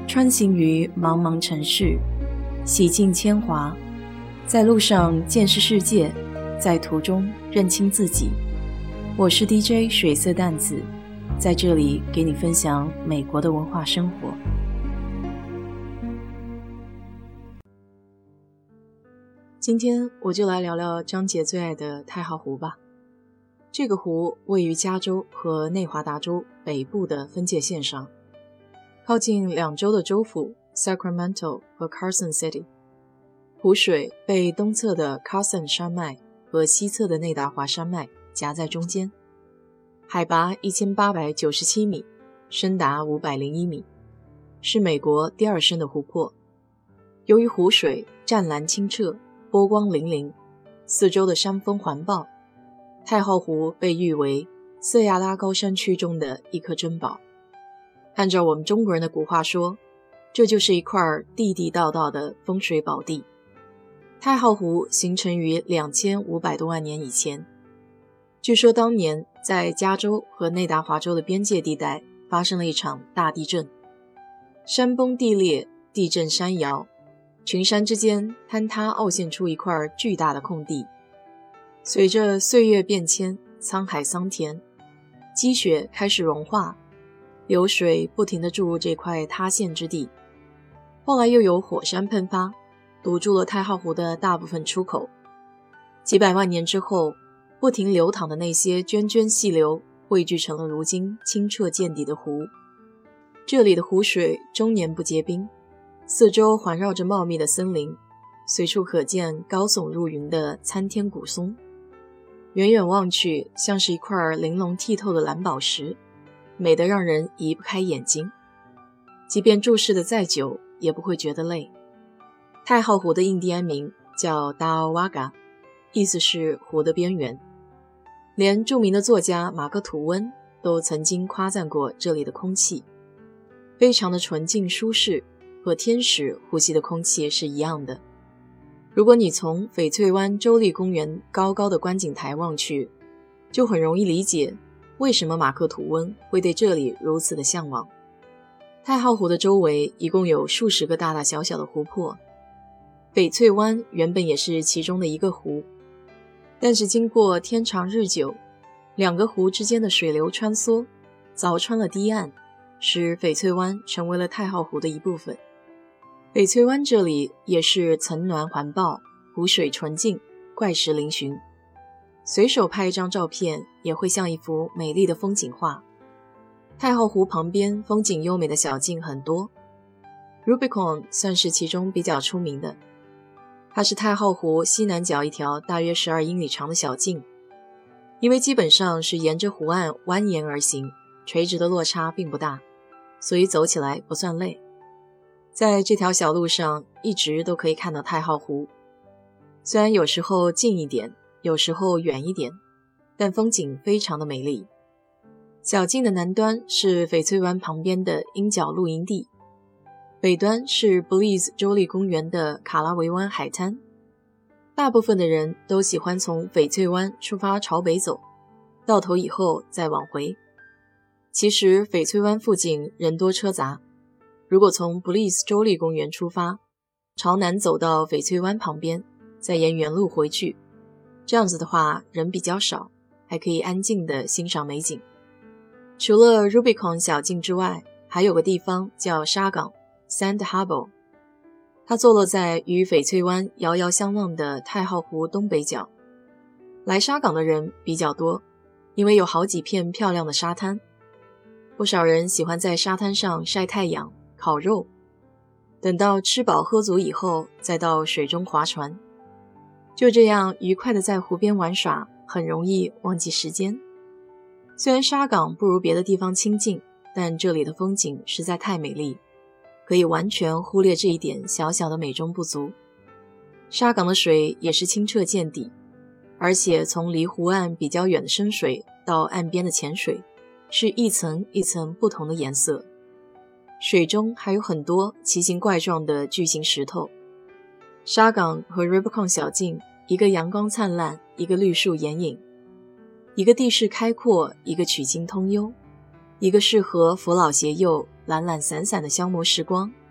穿行于茫茫城市，洗尽铅华，在路上见识世界，在途中认清自己。我是 DJ 水色淡子，在这里给你分享美国的文化生活。今天我就来聊聊张杰最爱的太浩湖吧。这个湖位于加州和内华达州北部的分界线上，靠近两州的州府 Sacramento 和 Carson City。湖水被东侧的 Carson 山脉和西侧的内达华山脉夹在中间，海拔1897米，深达501米，是美国第二深的湖泊。由于湖水湛蓝清澈，波光粼粼，四周的山峰环抱，太浩湖被誉为色亚拉高山区中的一颗珍宝。按照我们中国人的古话说，这就是一块地地道道的风水宝地。太浩湖形成于2500多万年以前，据说当年在加州和内达华州的边界地带发生了一场大地震，山崩地裂，地震山摇，群山之间坍塌凹陷出一块巨大的空地。随着岁月变迁，沧海桑田，积雪开始融化，流水不停地注入这块塌陷之地。后来又有火山喷发，堵住了太浩湖的大部分出口。几百万年之后，不停流淌的那些涓涓细流汇聚成了如今清澈见底的湖。这里的湖水终年不结冰，四周环绕着茂密的森林，随处可见高耸入云的参天古松，远远望去像是一块玲珑剔透的蓝宝石，美得让人移不开眼睛，即便注视的再久也不会觉得累。太浩湖的印第安名叫达奥瓦嘎，意思是湖的边缘。连著名的作家马克·吐温都曾经夸赞过这里的空气，非常的纯净舒适，和天使呼吸的空气是一样的。如果你从翡翠湾州立公园高高的观景台望去，就很容易理解为什么马克·吐温会对这里如此的向往。太浩湖的周围一共有数十个大大小小的湖泊，翡翠湾原本也是其中的一个湖，但是经过天长日久，两个湖之间的水流穿梭，凿穿了堤岸，使翡翠湾成为了太浩湖的一部分。翡翠湾这里也是层峦环抱，湖水纯净，怪石嶙峋，随手拍一张照片也会像一幅美丽的风景画。太浩湖旁边风景优美的小径很多， Rubicon 算是其中比较出名的。它是太浩湖西南角一条大约12英里长的小径，因为基本上是沿着湖岸蜿蜒而行，垂直的落差并不大，所以走起来不算累。在这条小路上一直都可以看到太浩湖，虽然有时候近一点，有时候远一点，但风景非常的美丽。小径的南端是翡翠湾旁边的鹰角露营地，北端是 Belize 州立公园的卡拉维湾海滩。大部分的人都喜欢从翡翠湾出发朝北走，到头以后再往回。其实翡翠湾附近人多车杂，如果从 Belize 州立公园出发，朝南走到翡翠湾旁边，再沿原路回去，这样子的话人比较少，还可以安静地欣赏美景。除了 Rubicon 小径之外，还有个地方叫沙港 Sand Harbor， 它坐落在与翡翠湾遥遥相望的太浩湖东北角。来沙港的人比较多，因为有好几片漂亮的沙滩，不少人喜欢在沙滩上晒太阳烤肉，等到吃饱喝足以后再到水中划船，就这样愉快地在湖边玩耍，很容易忘记时间。虽然沙港不如别的地方清静，但这里的风景实在太美丽，可以完全忽略这一点小小的美中不足。沙港的水也是清澈见底，而且从离湖岸比较远的深水到岸边的浅水，是一层一层不同的颜色。水中还有很多奇形怪状的巨型石头。沙港和 Rubicon 小径，一个阳光灿烂，一个绿树掩影，一个地势开阔，一个曲径通幽，一个适合扶老携幼懒懒散散的消磨时光，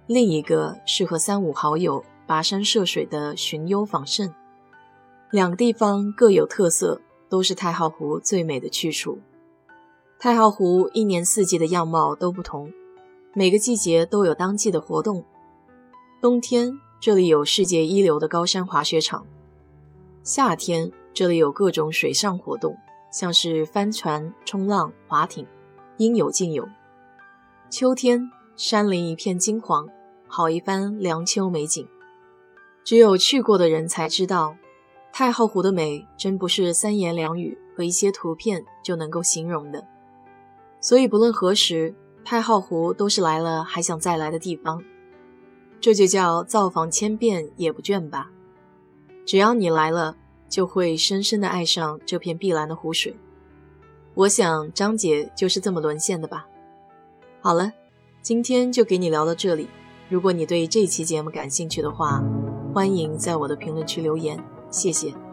另一个适合3、5好友跋山涉水的寻幽访胜。两个地方各有特色，都是太浩湖最美的去处。太浩湖一年四季的样貌都不同，每个季节都有当季的活动。冬天这里有世界一流的高山滑雪场，夏天这里有各种水上活动，像是帆船、冲浪、划艇，应有尽有。秋天山林一片金黄，好一番凉秋美景。只有去过的人才知道，太浩湖的美真不是3言2语和一些图片就能够形容的。所以不论何时，太浩湖都是来了还想再来的地方。这就叫造访千遍也不倦吧。只要你来了，就会深深地爱上这片碧蓝的湖水。我想张姐就是这么沦陷的吧。好了，今天就给你聊到这里。如果你对这期节目感兴趣的话，欢迎在我的评论区留言，谢谢。